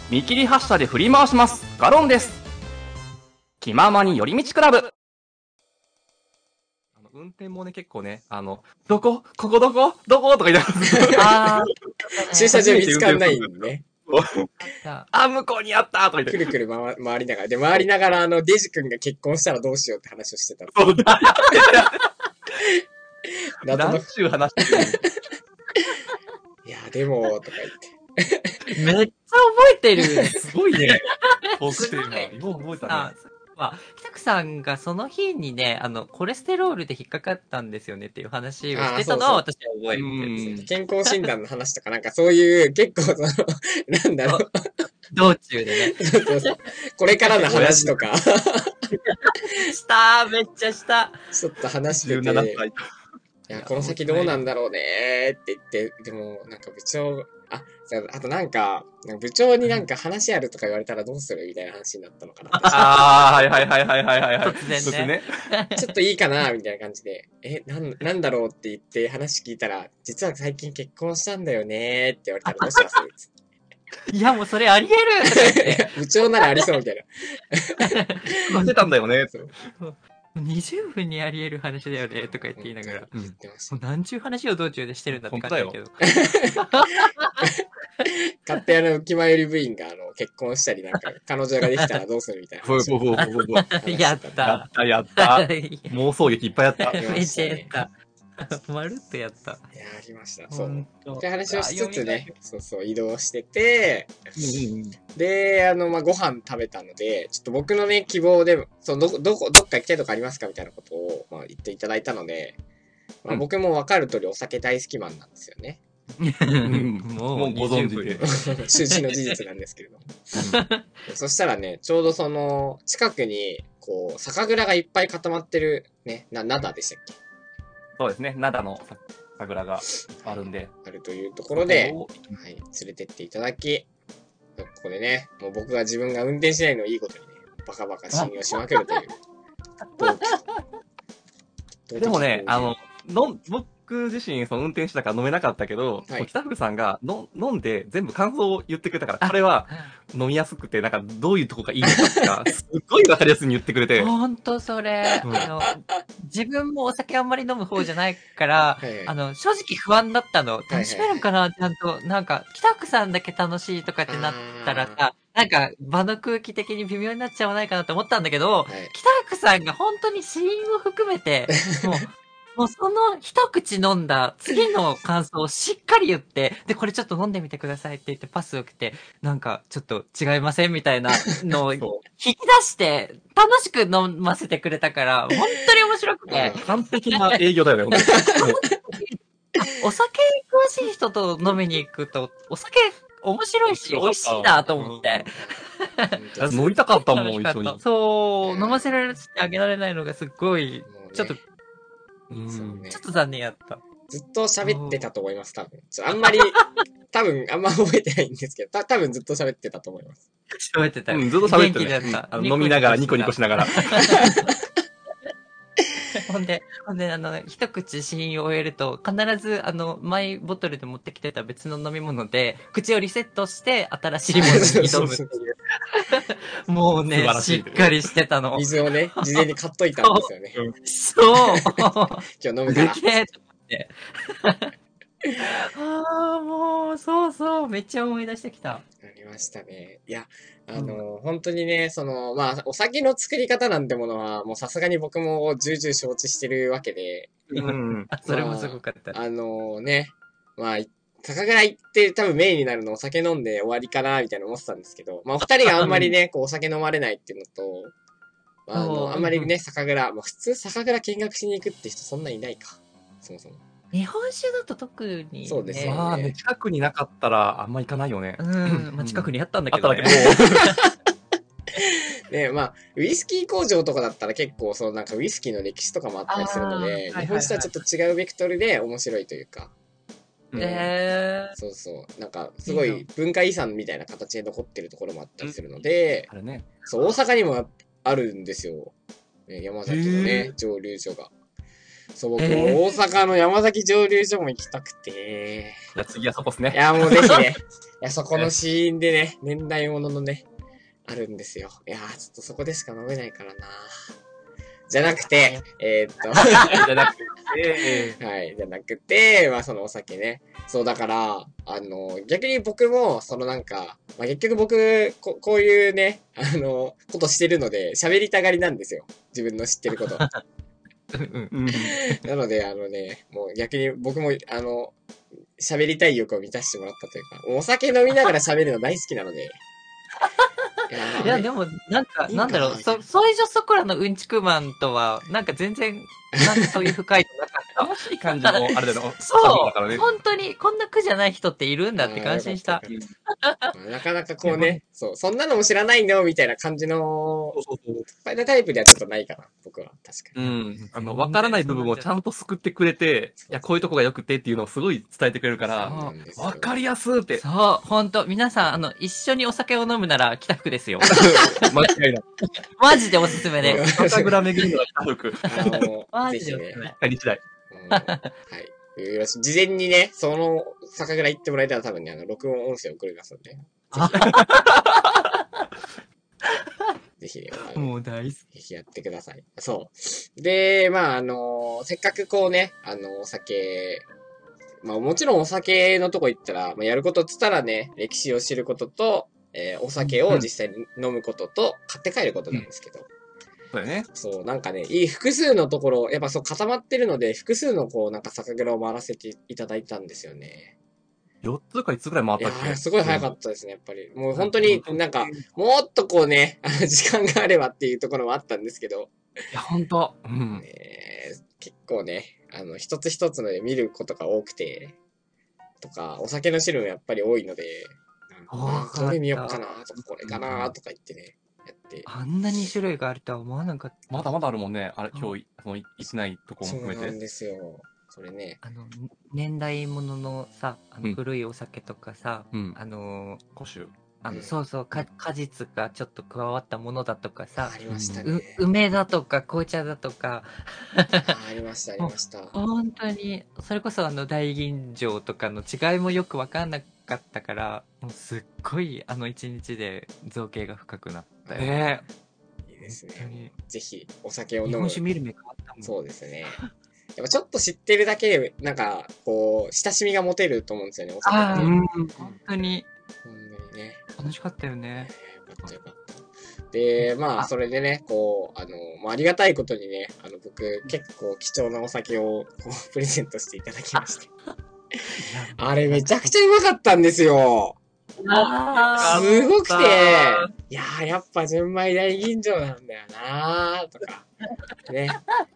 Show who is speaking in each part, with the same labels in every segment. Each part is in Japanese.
Speaker 1: 見切り発車で振り回します。ガロンです。気ままに寄り道クラブ。運転もね、結構ね、どこここどことか言いながら。
Speaker 2: 駐車場見つかんないんね。
Speaker 1: あ、向こうにあったとか言って。
Speaker 2: くるくる回りながら。で、回りながら、デジ君が結婚したらどうしようって話をしてた。
Speaker 1: そうだ。
Speaker 2: 何
Speaker 1: 週話してる
Speaker 2: いや、でも、とか言って。
Speaker 3: めっちゃ覚えてる。
Speaker 1: すごいね。トークテーマ。よう覚えたね。
Speaker 3: 北区さんがその日にね、コレステロールで引っかかったんですよねっていう話をしてたのは私は覚えてるんですよ。
Speaker 2: 健康診断の話とかなんかそういう、結構なんだろう。
Speaker 3: 道中でね。
Speaker 2: そう。これからの話とか。
Speaker 3: めっちゃした。
Speaker 2: ちょっと話してて。17歳。いや、この先どうなんだろうねって言って、でも、なんか部長、あとなんか、部長になんか話あるとか言われたらどうするみたいな話になったのかな。
Speaker 1: はい。
Speaker 3: 突然ね。
Speaker 2: ちょっといいかなみたいな感じで、なんだろうって言って話聞いたら、実は最近結婚したんだよねって言われたらどうします
Speaker 3: いや、もうそれあり得る
Speaker 2: 部長ならありそうみたい
Speaker 1: な。してたんだよね。
Speaker 3: 20分にあり得る話だよねとか言いながら、何ちゅう話を道中でしてるんだって感じだけど。
Speaker 2: 勝手浮間より部員が結婚したりなんか彼女ができたらどうするみたいな。
Speaker 3: やった。
Speaker 1: 妄想劇いっぱいやった。
Speaker 3: めっちゃやった。まるっとやった。
Speaker 2: いや、ありました。そう。って話をしつつね、そう、移動してて、で、ご飯食べたので、ちょっと僕のね、希望で、どっか行きたいとかありますかみたいなことを、言っていただいたので、僕も分かる通りお酒大好きマンなんですよね。
Speaker 1: もうご存知で。
Speaker 2: 周知の事実なんですけれども。そしたらね、ちょうど近くに、酒蔵がいっぱい固まってる、ね、灘でしたっけ？
Speaker 1: そうですね、灘の酒蔵があるんで。
Speaker 2: あるというところで、はい、連れてっていただき、ここでね、もう僕が自分が運転しないのをいいことにね、バカバカ信用しまくるという。
Speaker 1: でもね、僕自身運転したから飲めなかったけど、北福さんが飲んで全部感想を言ってくれたから、これは飲みやすくて、なんかどういうとこがいいのかとか、すっごいわかりやすいに言ってくれて。
Speaker 3: ほんとそれ。自分もお酒あんまり飲む方じゃないから、正直不安だったの。楽しめるかなちゃんと。なんか、北福さんだけ楽しいとかってなったらさ、なんか場の空気的に微妙になっちゃわないかなと思ったんだけど、北福さんが本当に死因を含めて、もうその一口飲んだ次の感想をしっかり言って、で、これちょっと飲んでみてくださいって言ってパスを受けて、なんかちょっと違いませんみたいなのを引き出して楽しく飲ませてくれたから、本当に面白くて。
Speaker 1: 完璧な営業だよね、本
Speaker 3: 当に。お酒詳しい人と飲みに行くと、お酒面白いし、美味しいなと思って。
Speaker 1: 飲みたかったもん、一緒に。
Speaker 3: そう、飲ませられてあげられないのがすっごい、ちょっと、ちょっと残念やった。
Speaker 2: ずっと喋ってたと思います、多分。あんま覚えてないんですけど、多分ずっと喋ってたと思います。
Speaker 3: 喋ってた。
Speaker 1: ずっと喋ってた。飲みながら、ニコニコしながら。
Speaker 3: ほんで、一口試飲を終えると、必ず、マイボトルで持ってきてた別の飲み物で、口をリセットして、新しいものに挑むっていう。もうね、しっかりしてたの。
Speaker 2: 水をね、事前に買っといたんですよね。
Speaker 3: そう。
Speaker 2: 今日飲むから。
Speaker 3: でけえと思って。もう、そう、めっちゃ思い出してきた。
Speaker 2: ありましたね。いや、本当にね、お酒の作り方なんてものは、もうさすがに僕も重々承知してるわけで。
Speaker 3: それもすごかった。
Speaker 2: 酒蔵行って多分メインになるのお酒飲んで終わりかな、みたいな思ってたんですけど、お二人があんまりね、お酒飲まれないっていうのと、あんまりね、酒蔵、普通酒蔵見学しに行くって人そんないないか。そもそも。
Speaker 3: 日本酒だと特に、ね。
Speaker 2: そうですよね。
Speaker 1: 近くになかったらあんま行かないよね。
Speaker 3: 近くにあったんだけどね。
Speaker 2: で、ウイスキー工場とかだったら結構、なんかウイスキーの歴史とかもあったりするので、日本酒とはちょっと違うベクトルで面白いというか。そう。なんか、すごい文化遺産みたいな形で残ってるところもあったりするので、そう、大阪にもあるんですよ。山崎のね、蒸留所が。 そう、僕も大阪の山崎蒸留所も行きたくて。
Speaker 1: いや、次はそこっすね。
Speaker 2: いや、もうぜひね。いや、そこのシーンでね、年代物のね、あるんですよ。いやちょっとそこでしか飲めないからな。じゃなくて、
Speaker 1: じゃなくて、
Speaker 2: はい、じゃなくて、まあそのお酒ね。そう、だから、逆に僕も、なんか、まあ結局僕、こういうね、ことしてるので、喋りたがりなんですよ。自分の知ってること。なので、もう逆に僕も、喋りたい欲を満たしてもらったというか、お酒飲みながら喋るの大好きなので。
Speaker 3: いや、でも、なんか、なんだろう、ソイジョソコラのうんちくマンとは、なんか全然、なんかそういう深いのなかった。
Speaker 1: 楽しい感じの、あれだよ。
Speaker 3: そう、本当に、こんな苦じゃない人っているんだって感心した。
Speaker 2: なかなかこうね、そんなのも知らないのみたいな感じの、タイプではちょっとないかな、僕は。確か
Speaker 1: に。わからない部分をちゃんと救ってくれて、いや、こういうとこが良くてっていうのをすごい伝えてくれるから、わかりやすって。
Speaker 3: そう、本当皆さん、一緒にお酒を飲むなら北福ですよ。
Speaker 1: 間違いない。
Speaker 3: マジでおすすめです。
Speaker 1: 酒蔵巡るのは北福。
Speaker 3: マジでおすすめ。
Speaker 1: 日大。
Speaker 2: はい。事前にね、その酒蔵行ってもらえたら多分ね、録音音声送りますんで。ぜひね、
Speaker 3: もう大好き。
Speaker 2: ぜひやってください。そう。で、まあ、せっかくこうね、お酒、まあもちろんお酒のとこ行ったら、まあやることっつったらね、歴史を知ることと、お酒を実際に飲むことと、買って帰ることなんですけど。
Speaker 1: そうよね。
Speaker 2: そう、なんかね、複数のところ、やっぱそう固まってるので、複数のこう、なんか酒蔵を回らせていただいたんですよね。
Speaker 1: 4つか5つぐらい回ったっけ？
Speaker 2: いやすごい早かったですね、やっぱり。もう本当になんか、もっとこうね、時間があればっていうところもあったんですけど。
Speaker 1: いや、本当。
Speaker 2: 結構ね、一つ一つので見ることが多くて、とか、お酒の種類もやっぱり多いので、どれ見よっかなとか、これかなとか言ってね、やって。
Speaker 3: あんなに種類があるとは思わなかった。
Speaker 1: まだまだあるもんね。あれ、今日、行ってないとこも含めて。
Speaker 2: そうなんですよ。それね。
Speaker 3: 年代物のさ、古いお酒とかさ、
Speaker 1: 古酒
Speaker 3: そうそう、果実がちょっと加わったものだとかさ、
Speaker 2: ありましたね。
Speaker 3: 梅だとか紅茶だとか。
Speaker 2: ありました、ありました。
Speaker 3: 本当に、それこそ大吟醸とかの違いもよくわかんなかったから、もうすっごい一日で造形が深くなったよね。
Speaker 2: いいですね。ぜひ、お酒を飲む。
Speaker 3: 日本酒見る目変わったもん。
Speaker 2: そうですね。やっぱちょっと知ってるだけで、なんか、こう、親しみが持てると思うんですよね、お酒って。
Speaker 3: 本当に。
Speaker 2: 本当にね。
Speaker 3: 楽しかったよね。
Speaker 2: よかったよかった。で、まあ、それでね、こう、ありがたいことにね、僕、結構貴重なお酒を、こう、プレゼントしていただきまして。あれ、めちゃくちゃうまかったんですよ。すごくて、いやー、やっぱ純米大吟醸なんだよなー、とか。ね。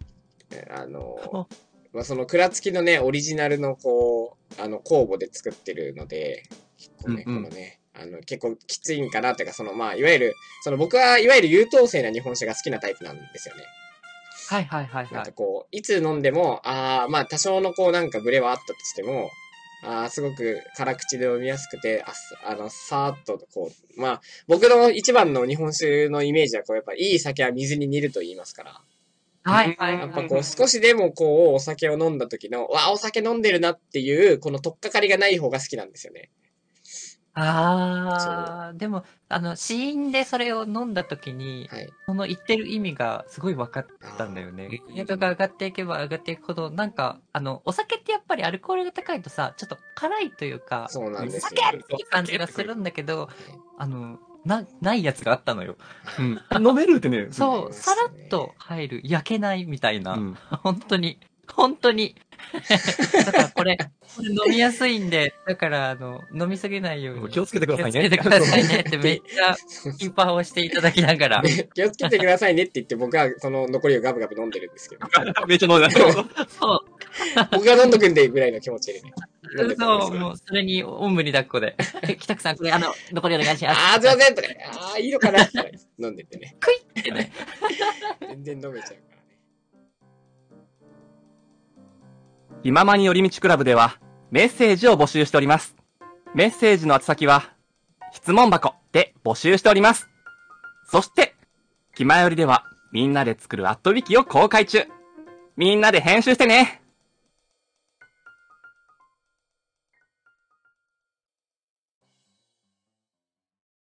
Speaker 2: まあ、その蔵付きのね、オリジナルのこう、酵母で作ってるので、結構ね、このね、結構きついんかなっていうか、まあ、いわゆる、僕はいわゆる優等生な日本酒が好きなタイプなんですよね。
Speaker 3: はいはいはいはい。
Speaker 2: なんかこう、いつ飲んでも、まあ、多少のこう、なんかブレはあったとしても、すごく辛口で飲みやすくて、さーっとこう、まあ、僕の一番の日本酒のイメージはこう、やっぱいい酒は水に煮ると言いますから。
Speaker 3: はいはい。
Speaker 2: やっぱこう少しでもこうお酒を飲んだ時の、お酒飲んでるなっていう、この取っかかりがない方が好きなんですよね。
Speaker 3: でも、試飲でそれを飲んだ時に、その言ってる意味がすごい分かったんだよね。レベルが上がっていけば上がっていくほど、なんか、お酒ってやっぱりアルコールが高いとさ、ちょっと辛いというか、
Speaker 2: そうなんですよ。
Speaker 3: 酒っていう感じがするんだけど、ないやつがあったのよ。
Speaker 1: 飲めるってね。
Speaker 3: そう、さらっと入る、焼けないみたいな。本当に。本当に。だからこれ飲みやすいんで、だから飲みすぎないように。
Speaker 1: 気をつけてくださいね。
Speaker 3: 気をつけてくださいねってめっちゃキーパーをしていただきながら。
Speaker 2: 気をつけてくださいねって言って僕はその残りをガブガブ飲んでるんですけど。
Speaker 1: めっちゃ飲んでる。そう。
Speaker 2: 僕が飲んどくんでぐらいの気持ちでね。
Speaker 3: そう、もうそれにおんぶに抱っこで。北区さんこれ残りお願いします。
Speaker 2: すいませんとか、いいのかなって飲んでてね。
Speaker 3: クイってね。
Speaker 2: 全然飲めちゃうからね。
Speaker 1: 気ままに寄り道クラブではメッセージを募集しております。メッセージの宛先は質問箱で募集しております。そして、気まよりではみんなで作るアットウィキを公開中。 みんなで編集してね。